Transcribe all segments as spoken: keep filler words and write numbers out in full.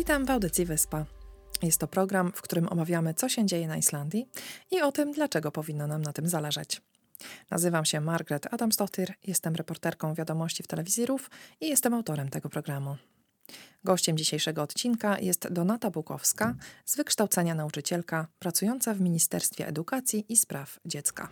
Witam w audycji Wyspa. Jest to program, w którym omawiamy, co się dzieje na Islandii i o tym, dlaczego powinno nam na tym zależeć. Nazywam się Margaret Adamsdottir, jestem reporterką wiadomości w telewizji R U F i jestem autorem tego programu. Gościem dzisiejszego odcinka jest Donata Bukowska, z wykształcenia nauczycielka, pracująca w Ministerstwie Edukacji i Spraw Dziecka.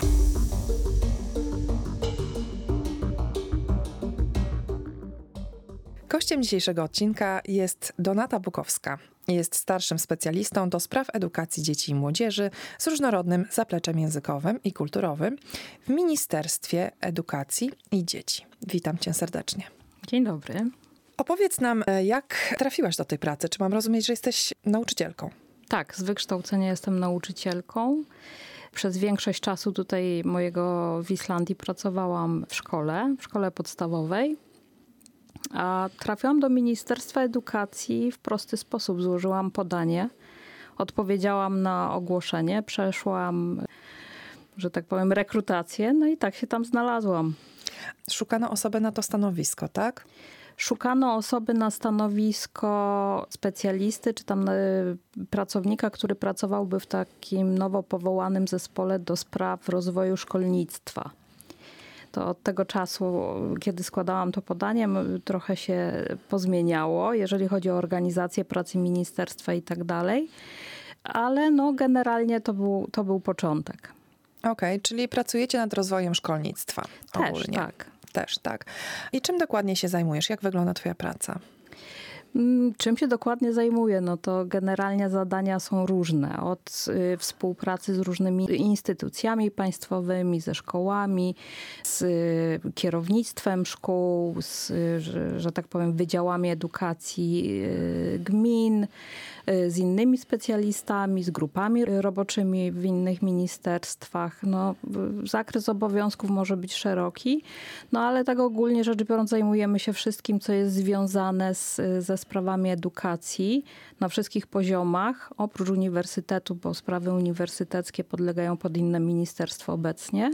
Gościem dzisiejszego odcinka jest Donata Bukowska. Jest starszym specjalistą do spraw edukacji dzieci i młodzieży z różnorodnym zapleczem językowym i kulturowym w Ministerstwie Edukacji i Dzieci. Witam cię serdecznie. Dzień dobry. Opowiedz nam, jak trafiłaś do tej pracy? Czy mam rozumieć, że jesteś nauczycielką? Tak, z wykształcenia jestem nauczycielką. Przez większość czasu tutaj mojego w Islandii pracowałam w szkole, w szkole podstawowej. A trafiłam do Ministerstwa Edukacji w prosty sposób. Złożyłam podanie, odpowiedziałam na ogłoszenie, przeszłam, że tak powiem, rekrutację, no i tak się tam znalazłam. Szukano osoby na to stanowisko, tak? Szukano osoby na stanowisko specjalisty, czy tam pracownika, który pracowałby w takim nowo powołanym zespole do spraw rozwoju szkolnictwa. To od tego czasu, kiedy składałam to podanie, trochę się pozmieniało, jeżeli chodzi o organizację pracy ministerstwa i tak dalej. Ale no generalnie to był, to był początek. Okej, okay, czyli pracujecie nad rozwojem szkolnictwa ogólnie. Też, tak. Też, tak. I czym dokładnie się zajmujesz? Jak wygląda twoja praca? Czym się dokładnie zajmuję? No to generalnie zadania są różne. Od y, współpracy z różnymi instytucjami państwowymi, ze szkołami, z y, kierownictwem szkół, z, y, że, że tak powiem, wydziałami edukacji y, gmin, y, z innymi specjalistami, z grupami roboczymi w innych ministerstwach. No, zakres obowiązków może być szeroki, no ale tak ogólnie rzecz biorąc zajmujemy się wszystkim, co jest związane z, ze sprawami edukacji na wszystkich poziomach, oprócz uniwersytetu, bo sprawy uniwersyteckie podlegają pod inne ministerstwo obecnie.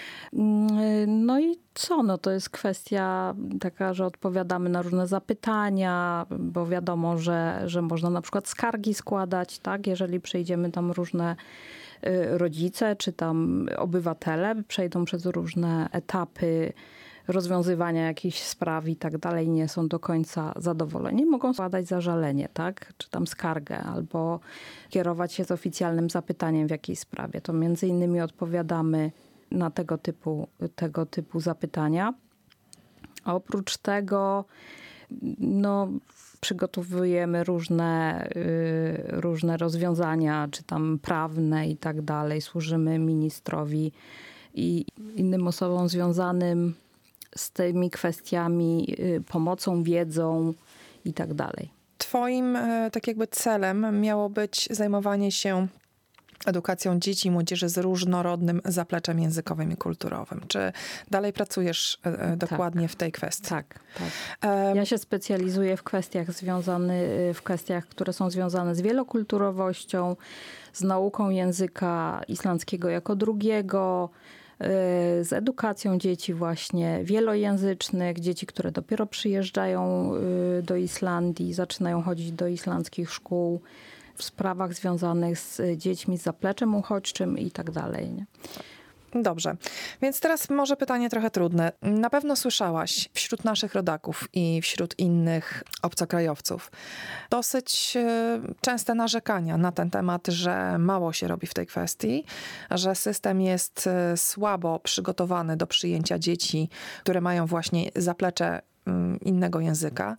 No i co? No to jest kwestia taka, że odpowiadamy na różne zapytania, bo wiadomo, że, że można na przykład skargi składać, tak? Jeżeli przejdziemy tam różne rodzice, czy tam obywatele przejdą przez różne etapy rozwiązywania jakichś spraw i tak dalej, nie są do końca zadowoleni, mogą składać zażalenie, tak? Czy tam skargę, albo kierować się z oficjalnym zapytaniem w jakiejś sprawie. To między innymi odpowiadamy na tego typu, tego typu zapytania. A oprócz tego no, przygotowujemy różne, y, różne rozwiązania, czy tam prawne i tak dalej. Służymy ministrowi i innym osobom związanym z tymi kwestiami, y, pomocą, wiedzą i tak dalej. Twoim tak jakby celem miało być zajmowanie się edukacją dzieci i młodzieży z różnorodnym zapleczem językowym i kulturowym. Czy dalej pracujesz dokładnie tak. w tej kwestii? Tak, tak. Ja się specjalizuję w kwestiach związanych, w kwestiach, które są związane z wielokulturowością, z nauką języka islandzkiego jako drugiego, z edukacją dzieci właśnie wielojęzycznych, dzieci, które dopiero przyjeżdżają do Islandii, zaczynają chodzić do islandzkich szkół, w sprawach związanych z dziećmi z zapleczem uchodźczym i tak dalej. Nie? Dobrze, więc teraz może pytanie trochę trudne. Na pewno słyszałaś wśród naszych rodaków i wśród innych obcokrajowców dosyć częste narzekania na ten temat, że mało się robi w tej kwestii, że system jest słabo przygotowany do przyjęcia dzieci, które mają właśnie zaplecze innego języka.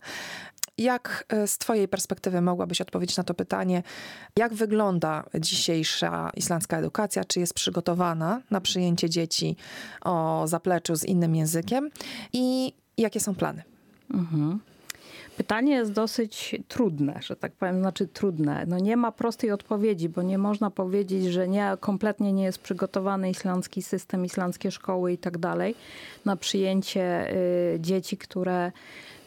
Jak z twojej perspektywy mogłabyś odpowiedzieć na to pytanie, jak wygląda dzisiejsza islandzka edukacja? Czy jest przygotowana na przyjęcie dzieci o zapleczu z innym językiem? I jakie są plany? Mhm. Pytanie jest dosyć trudne, że tak powiem, znaczy trudne. No nie ma prostej odpowiedzi, bo nie można powiedzieć, że nie, kompletnie nie jest przygotowany islandzki system, islandzkie szkoły i tak dalej na przyjęcie y, dzieci, które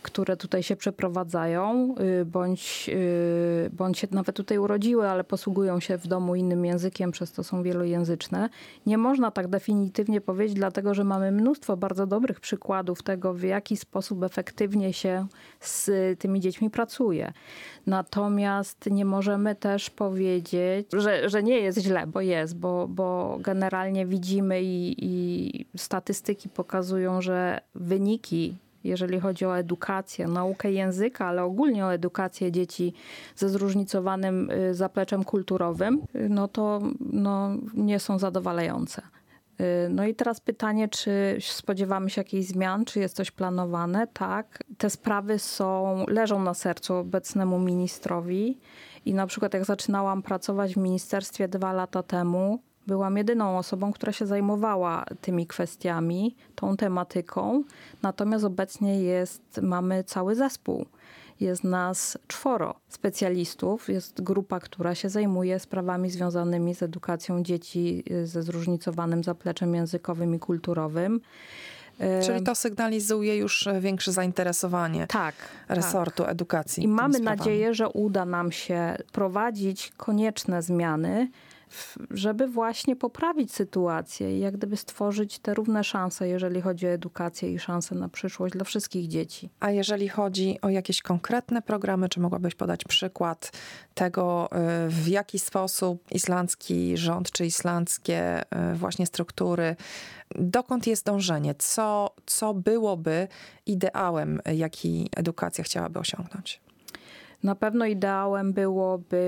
które tutaj się przeprowadzają, bądź, bądź się nawet tutaj urodziły, ale posługują się w domu innym językiem, przez to są wielojęzyczne. Nie można tak definitywnie powiedzieć, dlatego że mamy mnóstwo bardzo dobrych przykładów tego, w jaki sposób efektywnie się z tymi dziećmi pracuje. Natomiast nie możemy też powiedzieć, że, że nie jest źle, bo jest, bo, bo generalnie widzimy i, i statystyki pokazują, że wyniki, jeżeli chodzi o edukację, naukę języka, ale ogólnie o edukację dzieci ze zróżnicowanym zapleczem kulturowym, no to no, nie są zadowalające. No i teraz pytanie, czy spodziewamy się jakichś zmian, czy jest coś planowane? Tak. Te sprawy są, leżą na sercu obecnemu ministrowi i na przykład jak zaczynałam pracować w ministerstwie dwa lata temu, byłam jedyną osobą, która się zajmowała tymi kwestiami, tą tematyką. Natomiast obecnie jest, mamy cały zespół. Jest nas czworo specjalistów. Jest grupa, która się zajmuje sprawami związanymi z edukacją dzieci ze zróżnicowanym zapleczem językowym i kulturowym. Czyli to sygnalizuje już większe zainteresowanie tak, resortu tak. edukacji. I mamy sprawami. nadzieję, że uda nam się prowadzić konieczne zmiany, żeby właśnie poprawić sytuację i jak gdyby stworzyć te równe szanse, jeżeli chodzi o edukację i szanse na przyszłość dla wszystkich dzieci. A jeżeli chodzi o jakieś konkretne programy, czy mogłabyś podać przykład tego, w jaki sposób islandzki rząd, czy islandzkie właśnie struktury, dokąd jest dążenie? Co, co byłoby ideałem, jaki edukacja chciałaby osiągnąć? Na pewno ideałem byłoby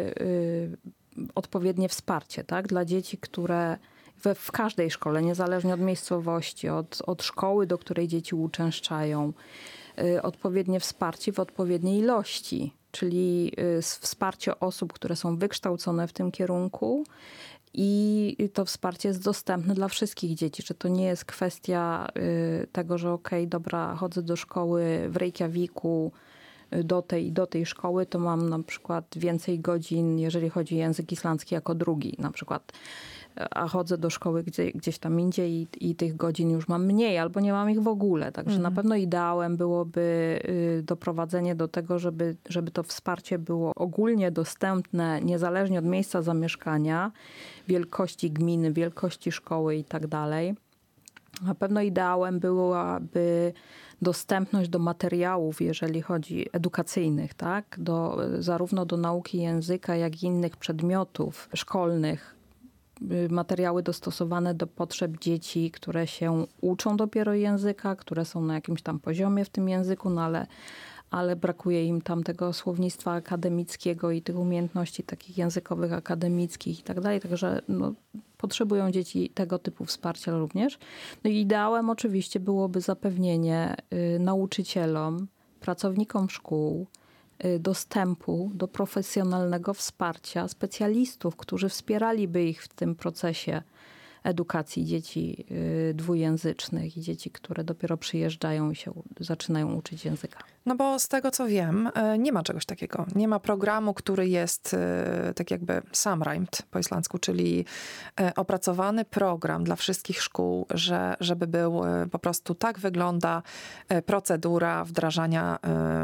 y, odpowiednie wsparcie, tak? Dla dzieci, które we, w każdej szkole, niezależnie od miejscowości, od, od szkoły, do której dzieci uczęszczają, y, odpowiednie wsparcie w odpowiedniej ilości, czyli y, wsparcie osób, które są wykształcone w tym kierunku i to wsparcie jest dostępne dla wszystkich dzieci, że to nie jest kwestia y, tego, że okej, okay, dobra, chodzę do szkoły w Reykjaviku, do tej, do tej szkoły, to mam na przykład więcej godzin, jeżeli chodzi o język islandzki jako drugi na przykład. A chodzę do szkoły gdzie, gdzieś tam indziej i, i tych godzin już mam mniej, albo nie mam ich w ogóle. Także mm. na pewno ideałem byłoby doprowadzenie do tego, żeby, żeby to wsparcie było ogólnie dostępne, niezależnie od miejsca zamieszkania, wielkości gminy, wielkości szkoły i tak dalej. Na pewno ideałem byłaby dostępność do materiałów, jeżeli chodzi edukacyjnych, tak? Do, zarówno do nauki języka, jak i innych przedmiotów szkolnych. Materiały dostosowane do potrzeb dzieci, które się uczą dopiero języka, które są na jakimś tam poziomie w tym języku, no ale, ale brakuje im tam tego słownictwa akademickiego i tych umiejętności takich językowych, akademickich i tak dalej. Także no, potrzebują dzieci tego typu wsparcia również. No i ideałem oczywiście byłoby zapewnienie y, nauczycielom, pracownikom szkół y, dostępu do profesjonalnego wsparcia specjalistów, którzy wspieraliby ich w tym procesie edukacji dzieci y, dwujęzycznych i dzieci, które dopiero przyjeżdżają i się u, zaczynają uczyć języka. No bo z tego co wiem, nie ma czegoś takiego. Nie ma programu, który jest tak jakby samræmt po islandzku, czyli opracowany program dla wszystkich szkół, że, żeby był po prostu tak wygląda procedura wdrażania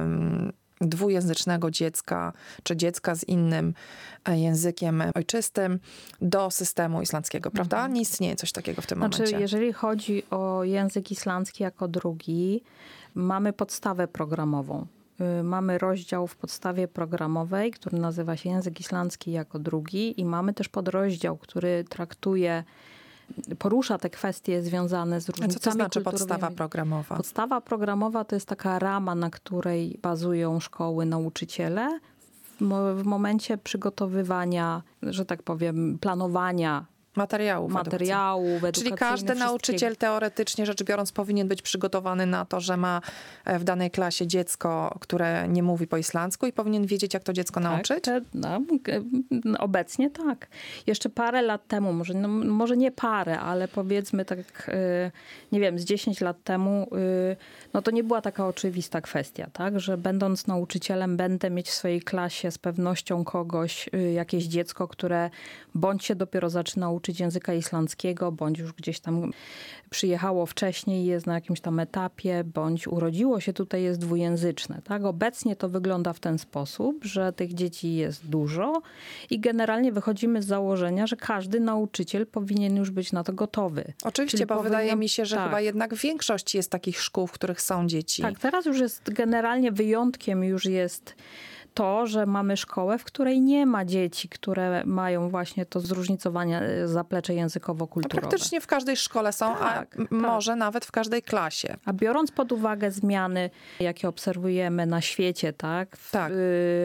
dwujęzycznego dziecka, czy dziecka z innym językiem ojczystym do systemu islandzkiego, prawda? Mhm. Nie istnieje coś takiego w tym znaczy, momencie. Jeżeli chodzi o język islandzki jako drugi, mamy podstawę programową. Mamy rozdział w podstawie programowej, który nazywa się Język islandzki jako drugi i mamy też podrozdział, który traktuje, porusza te kwestie związane z różnicami. A co to znaczy kulturowymi. podstawa programowa? Podstawa programowa to jest taka rama, na której bazują szkoły, nauczyciele w momencie przygotowywania, że tak powiem, planowania Materiałów, materiałów Czyli każdy nauczyciel teoretycznie rzecz biorąc powinien być przygotowany na to, że ma w danej klasie dziecko, które nie mówi po islandzku i powinien wiedzieć, jak to dziecko tak, nauczyć? Te, no, obecnie tak. Jeszcze parę lat temu, może, no, może nie parę, ale powiedzmy tak, nie wiem, z dziesięć lat temu, no to nie była taka oczywista kwestia, tak, że będąc nauczycielem będę mieć w swojej klasie z pewnością kogoś, jakieś dziecko, które bądź się dopiero zaczyna uczyć nauczyć języka islandzkiego, bądź już gdzieś tam przyjechało wcześniej, jest na jakimś tam etapie, bądź urodziło się tutaj, jest dwujęzyczne. Tak? Obecnie to wygląda w ten sposób, że tych dzieci jest dużo i generalnie wychodzimy z założenia, że każdy nauczyciel powinien już być na to gotowy. Oczywiście, Czyli bo powinien... wydaje mi się, że tak. chyba jednak większość jest takich szkół, w których są dzieci. Tak, teraz już jest generalnie wyjątkiem już jest to, że mamy szkołę, w której nie ma dzieci, które mają właśnie to zróżnicowanie zaplecze językowo-kulturowe. A praktycznie w każdej szkole są, tak, a m- tak. może nawet w każdej klasie. A biorąc pod uwagę zmiany, jakie obserwujemy na świecie, tak, w, Tak.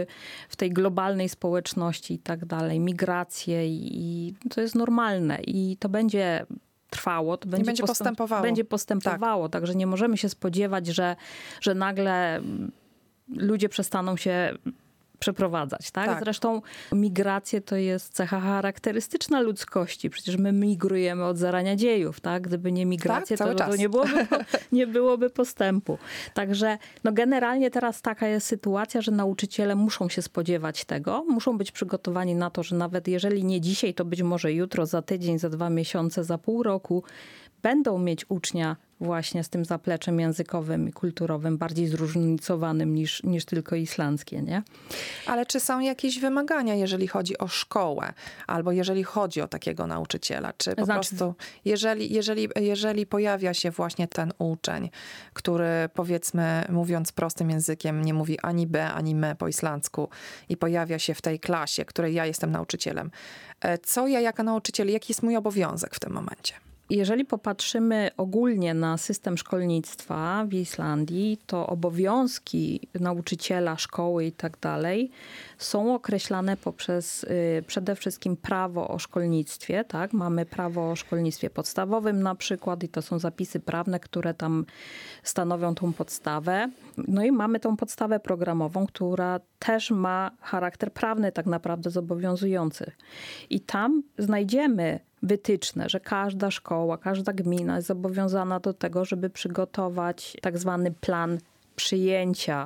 w tej globalnej społeczności i tak dalej, migracje i to jest normalne i to będzie trwało, to będzie, będzie postęp- postępowało. Będzie postępowało, tak. Także nie możemy się spodziewać, że, że nagle ludzie przestaną się przeprowadzać, tak? Tak. Zresztą migracje to jest cecha charakterystyczna ludzkości. Przecież my migrujemy od zarania dziejów, tak? Gdyby nie migracje, tak, to, to nie, byłoby, nie byłoby postępu. Także no generalnie teraz taka jest sytuacja, że nauczyciele muszą się spodziewać tego, muszą być przygotowani na to, że nawet jeżeli nie dzisiaj, to być może jutro, za tydzień, za dwa miesiące, za pół roku będą mieć ucznia właśnie z tym zapleczem językowym i kulturowym bardziej zróżnicowanym niż, niż tylko islandzkie, nie? Ale czy są jakieś wymagania, jeżeli chodzi o szkołę, albo jeżeli chodzi o takiego nauczyciela? Czy po Znaczy- prostu, jeżeli, jeżeli, jeżeli pojawia się właśnie ten uczeń, który powiedzmy, mówiąc prostym językiem, nie mówi ani be, ani me po islandzku i pojawia się w tej klasie, której ja jestem nauczycielem, co ja jako nauczyciel, jaki jest mój obowiązek w tym momencie? Jeżeli popatrzymy ogólnie na system szkolnictwa w Islandii, to obowiązki nauczyciela, szkoły i tak dalej są określane poprzez y, przede wszystkim prawo o szkolnictwie. Tak? Mamy prawo o szkolnictwie podstawowym na przykład i to są zapisy prawne, które tam stanowią tą podstawę. No i mamy tą podstawę programową, która też ma charakter prawny tak naprawdę zobowiązujący. I tam znajdziemy wytyczne, że każda szkoła, każda gmina jest zobowiązana do tego, żeby przygotować tak zwany plan przyjęcia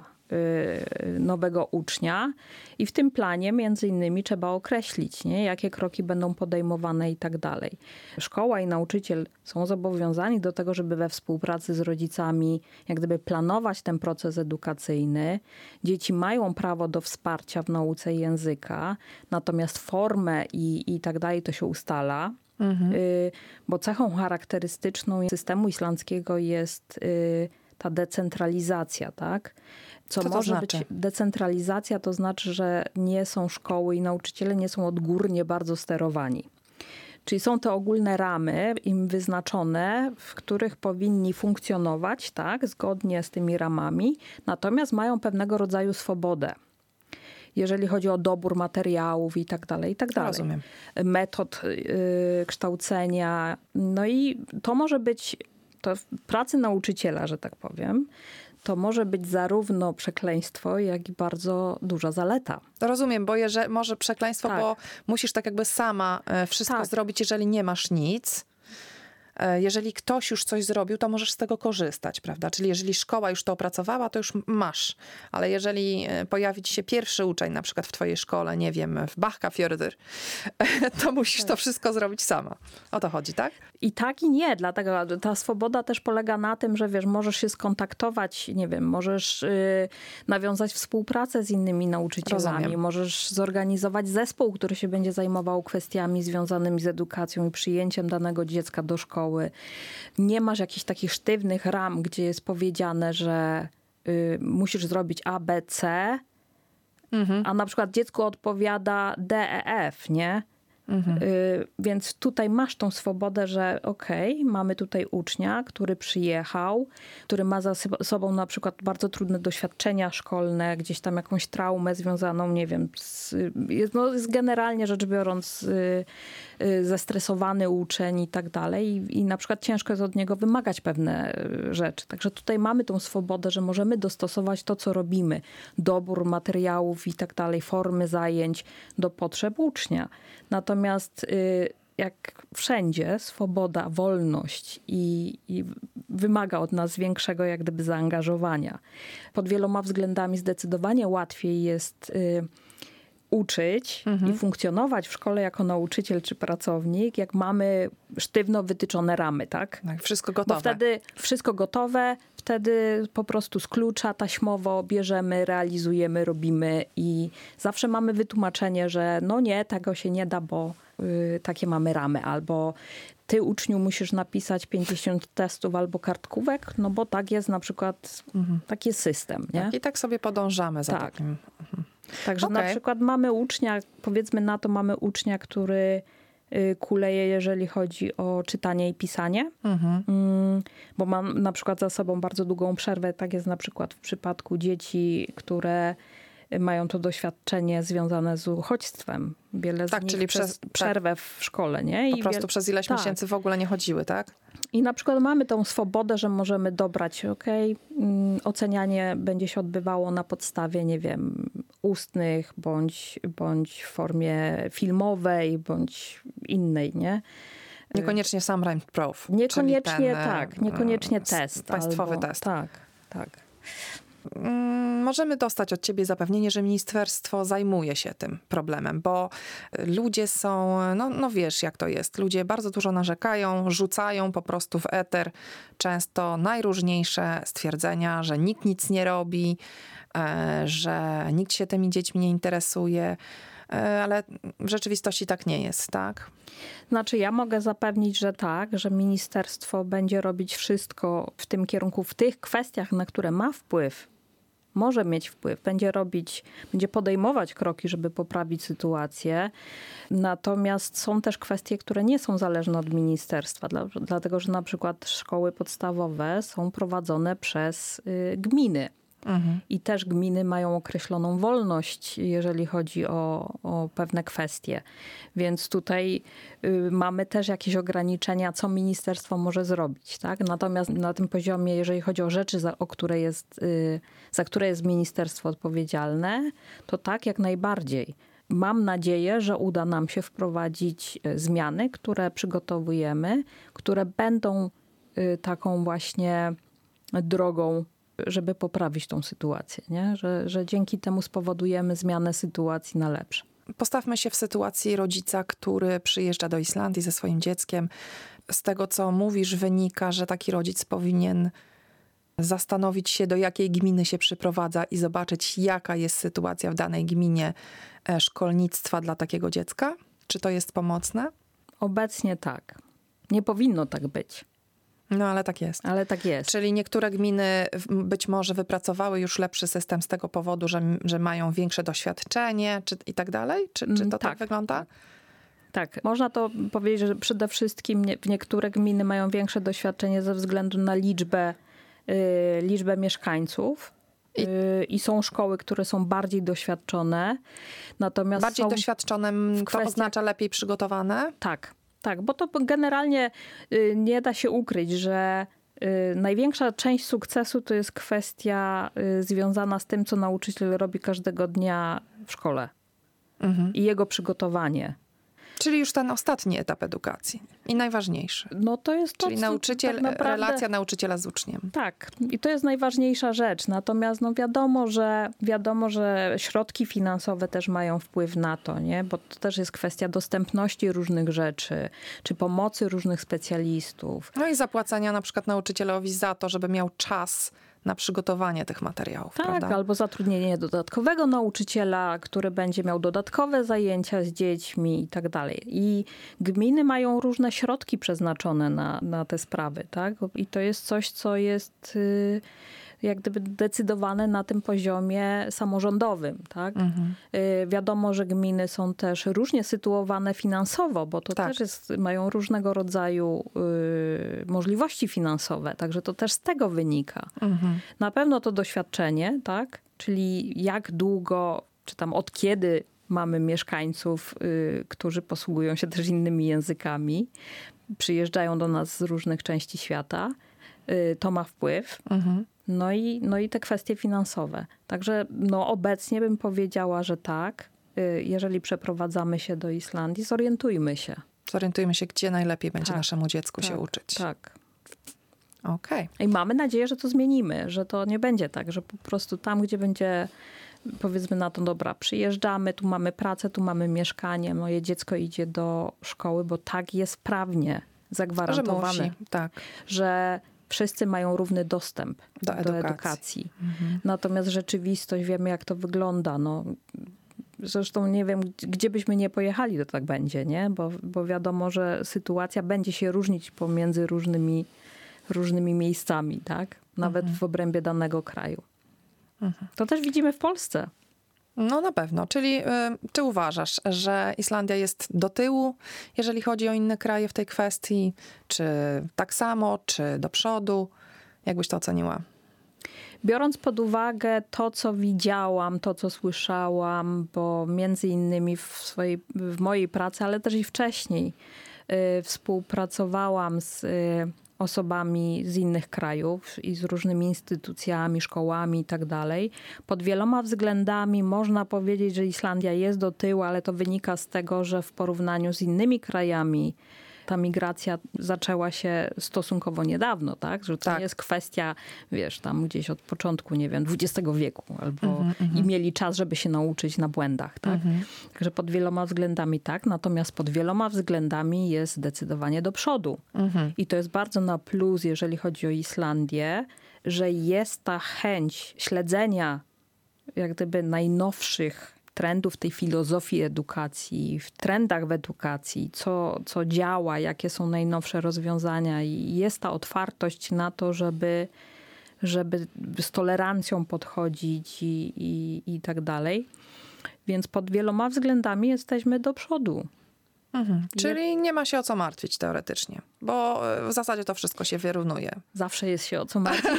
y, nowego ucznia i w tym planie między innymi trzeba określić, nie, jakie kroki będą podejmowane i tak dalej. Szkoła i nauczyciel są zobowiązani do tego, żeby we współpracy z rodzicami jak gdyby planować ten proces edukacyjny. Dzieci mają prawo do wsparcia w nauce języka, natomiast formę i, i tak dalej to się ustala. Mhm. Y, bo cechą charakterystyczną systemu islandzkiego jest y, ta decentralizacja, tak? Co, Co to może znaczy? być decentralizacja, to znaczy, że nie są szkoły i nauczyciele nie są odgórnie bardzo sterowani. Czyli są te ogólne ramy im wyznaczone, w których powinni funkcjonować, tak, zgodnie z tymi ramami, natomiast mają pewnego rodzaju swobodę. Jeżeli chodzi o dobór materiałów i tak dalej, i tak dalej. Rozumiem. Metod y, kształcenia. No i to może być, to w pracy nauczyciela, że tak powiem, to może być zarówno przekleństwo, jak i bardzo duża zaleta. Rozumiem, bo jeżeli, może przekleństwo, Tak. bo musisz tak jakby sama wszystko Tak. zrobić, jeżeli nie masz nic. Jeżeli ktoś już coś zrobił, to możesz z tego korzystać, prawda? Czyli jeżeli szkoła już to opracowała, to już masz. Ale jeżeli pojawi ci się pierwszy uczeń, na przykład w twojej szkole, nie wiem, w Bakkafjörður, to musisz tak. to wszystko zrobić sama. O to chodzi, tak? I tak i nie, dlatego ta swoboda też polega na tym, że wiesz, możesz się skontaktować, nie wiem, możesz y, nawiązać współpracę z innymi nauczycielami, Rozumiem. możesz zorganizować zespół, który się będzie zajmował kwestiami związanymi z edukacją i przyjęciem danego dziecka do szkoły. Nie masz jakichś takich sztywnych ram, gdzie jest powiedziane, że y, musisz zrobić A, B, C, mhm. a na przykład dziecku odpowiada D, E, F, nie? Mhm. Y, więc tutaj masz tą swobodę, że okej, okay, mamy tutaj ucznia, który przyjechał, który ma za sobą na przykład bardzo trudne doświadczenia szkolne, gdzieś tam jakąś traumę związaną, nie wiem, z, jest, no, jest generalnie rzecz biorąc y, y, zestresowany uczeń i tak dalej i, i na przykład ciężko jest od niego wymagać pewne rzeczy. Także tutaj mamy tą swobodę, że możemy dostosować to, co robimy, dobór materiałów i tak dalej, formy zajęć do potrzeb ucznia. Natomiast jak wszędzie swoboda, wolność i, i wymaga od nas większego jak gdyby zaangażowania. Pod wieloma względami zdecydowanie łatwiej jest uczyć mhm. i funkcjonować w szkole jako nauczyciel czy pracownik, jak mamy sztywno wytyczone ramy, tak? Tak, wszystko gotowe. Bo wtedy wszystko gotowe, wtedy po prostu z klucza taśmowo bierzemy, realizujemy, robimy i zawsze mamy wytłumaczenie, że no nie, tego się nie da, bo y, takie mamy ramy, albo ty, uczniu, musisz napisać pięćdziesiąt testów albo kartkówek, no bo tak jest na przykład mhm. taki system, nie? Tak, i tak sobie podążamy za tak. takim. Mhm. Także okay. na przykład mamy ucznia, powiedzmy na to mamy ucznia, który kuleje, jeżeli chodzi o czytanie i pisanie, mhm. bo mam na przykład za sobą bardzo długą przerwę. Tak jest na przykład w przypadku dzieci, które mają to doświadczenie związane z uchodźstwem. Wiele tak, z nich czyli przez przez przerwę tak. w szkole, nie? I po prostu wiele... przez ileś tak. miesięcy w ogóle nie chodziły, tak? I na przykład mamy tą swobodę, że możemy dobrać, okej, okay, ocenianie będzie się odbywało na podstawie, nie wiem, ustnych, bądź, bądź w formie filmowej, bądź innej, nie? Niekoniecznie sam Rime Prof. Niekoniecznie, ten, tak, niekoniecznie test. Państwowy albo, test. Tak, tak. Możemy dostać od ciebie zapewnienie, że ministerstwo zajmuje się tym problemem, bo ludzie są, no, no wiesz jak to jest, ludzie bardzo dużo narzekają, rzucają po prostu w eter często najróżniejsze stwierdzenia, że nikt nic nie robi, że nikt się tymi dziećmi nie interesuje, ale w rzeczywistości tak nie jest, tak? Znaczy ja mogę zapewnić, że tak, że ministerstwo będzie robić wszystko w tym kierunku, w tych kwestiach, na które ma wpływ, może mieć wpływ, będzie robić, będzie podejmować kroki, żeby poprawić sytuację. Natomiast są też kwestie, które nie są zależne od ministerstwa, dla, dlatego że na przykład szkoły podstawowe są prowadzone przez y, gminy. Mhm. I też gminy mają określoną wolność, jeżeli chodzi o, o pewne kwestie. Więc tutaj y, mamy też jakieś ograniczenia, co ministerstwo może zrobić. Tak? Natomiast na tym poziomie, jeżeli chodzi o rzeczy, za, o które jest, y, za które jest ministerstwo odpowiedzialne, to tak, jak najbardziej. Mam nadzieję, że uda nam się wprowadzić zmiany, które przygotowujemy, które będą y, taką właśnie drogą, żeby poprawić tą sytuację, nie? Że, że dzięki temu spowodujemy zmianę sytuacji na lepsze. Postawmy się w sytuacji rodzica, który przyjeżdża do Islandii ze swoim dzieckiem. Z tego, co mówisz, wynika, że taki rodzic powinien zastanowić się, do jakiej gminy się przyprowadza i zobaczyć, jaka jest sytuacja w danej gminie szkolnictwa dla takiego dziecka. Czy to jest pomocne? Obecnie tak. Nie powinno tak być. No, ale tak jest. Ale tak jest. Czyli niektóre gminy być może wypracowały już lepszy system z tego powodu, że, że mają większe doświadczenie czy, i tak dalej? Czy, czy to tak, tak wygląda? Tak. Można to powiedzieć, że przede wszystkim nie, niektóre gminy mają większe doświadczenie ze względu na liczbę, yy, liczbę mieszkańców. I, I są szkoły, które są bardziej doświadczone. Natomiast bardziej są doświadczonym to kwestiach... oznacza lepiej przygotowane? Tak. Tak, bo to generalnie nie da się ukryć, że największa część sukcesu to jest kwestia związana z tym, co nauczyciel robi każdego dnia w szkole mhm. i jego przygotowanie. Czyli już ten ostatni etap edukacji i najważniejszy. No to jest to, Czyli nauczyciel, tak naprawdę... relacja nauczyciela z uczniem. Tak, i to jest najważniejsza rzecz. Natomiast no wiadomo, że wiadomo, że środki finansowe też mają wpływ na to, nie? Bo to też jest kwestia dostępności różnych rzeczy, czy pomocy różnych specjalistów. No i zapłacenia na przykład nauczycielowi za to, żeby miał czas na przygotowanie tych materiałów, tak, prawda? Albo zatrudnienie dodatkowego nauczyciela, który będzie miał dodatkowe zajęcia z dziećmi i tak dalej. I gminy mają różne środki przeznaczone na, na te sprawy, tak? I to jest coś, co jest y, jak gdyby decydowane na tym poziomie samorządowym, tak? Mhm. Y, wiadomo, że gminy są też różnie sytuowane finansowo, bo to tak. też jest, mają różnego rodzaju y, możliwości finansowe, także to też z tego wynika. Mhm. Na pewno to doświadczenie, tak? Czyli jak długo, czy tam od kiedy mamy mieszkańców, y, którzy posługują się też innymi językami, przyjeżdżają do nas z różnych części świata, y, to ma wpływ. Mhm. No i, no i te kwestie finansowe. Także no obecnie bym powiedziała, że tak. Jeżeli przeprowadzamy się do Islandii, zorientujmy się. Zorientujmy się, gdzie najlepiej będzie tak, naszemu dziecku tak, się uczyć. Tak. Okej. I mamy nadzieję, że to zmienimy, że to nie będzie tak, że po prostu tam, gdzie będzie powiedzmy na to, dobra, przyjeżdżamy, tu mamy pracę, tu mamy mieszkanie, moje dziecko idzie do szkoły, bo tak jest prawnie zagwarantowane, że, musi, tak. że wszyscy mają równy dostęp do do edukacji. edukacji. Mhm. Natomiast rzeczywistość, wiemy jak to wygląda. No, zresztą nie wiem, gdzie byśmy nie pojechali, to tak będzie, nie? Bo, bo wiadomo, że sytuacja będzie się różnić pomiędzy różnymi, różnymi miejscami, tak? Nawet mhm. w obrębie danego kraju. Mhm. To też widzimy w Polsce. No na pewno. Czyli y, czy uważasz, że Islandia jest do tyłu, jeżeli chodzi o inne kraje w tej kwestii? Czy tak samo, czy do przodu? Jak byś to oceniła? Biorąc pod uwagę to, co widziałam, to, co słyszałam, bo między innymi w, swojej, w mojej pracy, ale też i wcześniej y, współpracowałam z y, osobami z innych krajów i z różnymi instytucjami, szkołami i tak dalej. Pod wieloma względami można powiedzieć, że Islandia jest do tyłu, ale to wynika z tego, że w porównaniu z innymi krajami ta migracja zaczęła się stosunkowo niedawno, tak? Że to tak. nie jest kwestia, wiesz, tam gdzieś od początku, nie wiem, dwudziestego wieku, albo mm-hmm. i mieli czas, żeby się nauczyć na błędach, tak? Mm-hmm. Także pod wieloma względami tak, natomiast pod wieloma względami jest zdecydowanie do przodu. Mm-hmm. I to jest bardzo na plus, jeżeli chodzi o Islandię, że jest ta chęć śledzenia jak gdyby najnowszych trendów tej filozofii edukacji, w trendach w edukacji, co, co działa, jakie są najnowsze rozwiązania i jest ta otwartość na to, żeby, żeby z tolerancją podchodzić i, i, i tak dalej. Więc pod wieloma względami jesteśmy do przodu. Mhm. Czyli nie ma się o co martwić teoretycznie, bo w zasadzie to wszystko się wyrównuje. Zawsze jest się o co martwić.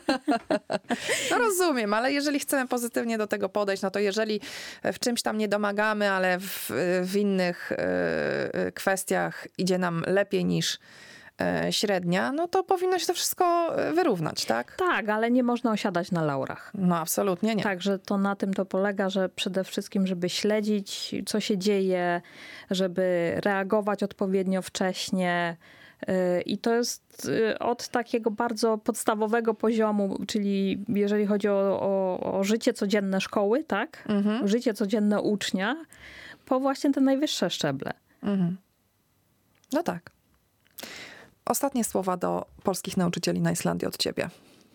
No rozumiem, ale jeżeli chcemy pozytywnie do tego podejść, no to jeżeli w czymś tam nie domagamy, ale w, w innych y, kwestiach idzie nam lepiej niż y, średnia, no to powinno się to wszystko wyrównać, tak? Tak, ale nie można osiadać na laurach. No absolutnie nie. Także to na tym to polega, że przede wszystkim, żeby śledzić, co się dzieje, żeby reagować odpowiednio wcześnie. I to jest od takiego bardzo podstawowego poziomu, czyli jeżeli chodzi o, o, o życie codzienne szkoły, tak? Mhm. Życie codzienne ucznia, po właśnie te najwyższe szczeble. Mhm. No tak. Ostatnie słowa do polskich nauczycieli na Islandii od ciebie.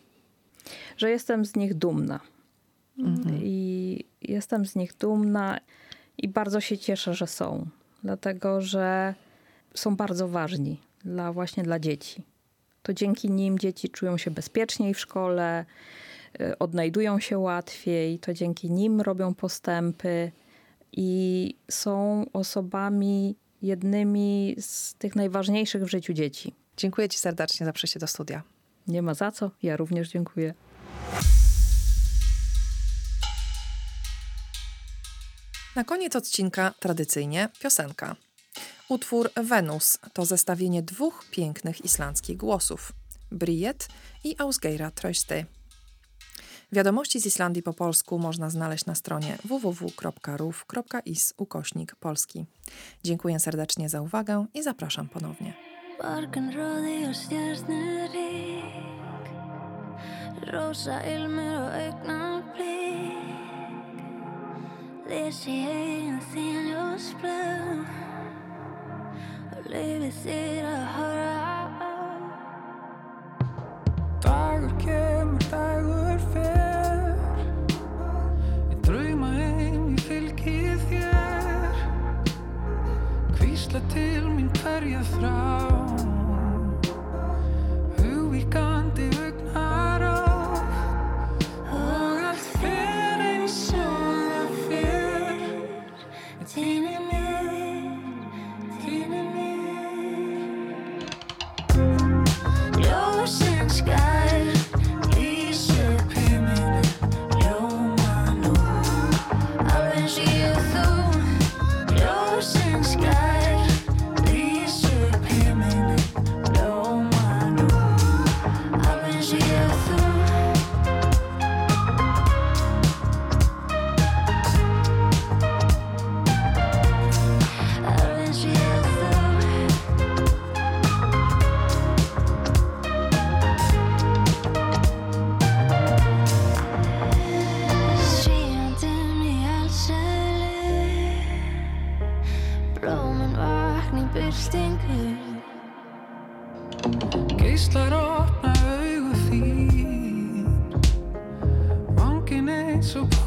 Że jestem z nich dumna. Mhm. I jestem z nich dumna i bardzo się cieszę, że są. Dlatego, że są bardzo ważni. Dla, właśnie dla dzieci. To dzięki nim dzieci czują się bezpieczniej w szkole, odnajdują się łatwiej, to dzięki nim robią postępy i są osobami jednymi z tych najważniejszych w życiu dzieci. Dziękuję ci serdecznie za przyjście do studia. Nie ma za co, ja również dziękuję. Na koniec odcinka tradycyjnie piosenka. Utwór Wenus to zestawienie dwóch pięknych islandzkich głosów, Bríet i Ásgeira Trausti. Wiadomości z Islandii po polsku można znaleźć na stronie w w w kropka r u f kropka is ukośnik polski. Dziękuję serdecznie za uwagę i zapraszam ponownie. Morgunroði og stjörnurík, rosa ilmur og augnablik, les í eigin þín ljósblöð og leyfi þér að horfa á. Dagur kemur, dagur fer, í drauma heim ég fylgi þér, hvísla til mín hverja þrá, hugvíkandi augnaráð og allt fer eins og það fer. Tíni mér, tíni mér, ljósin skær, lýs upp himinn, ljóma nú, alveg eins og ég og þú. Ljósin skær, lýs upp himinn. Geislar opna augu þín, vangin eins og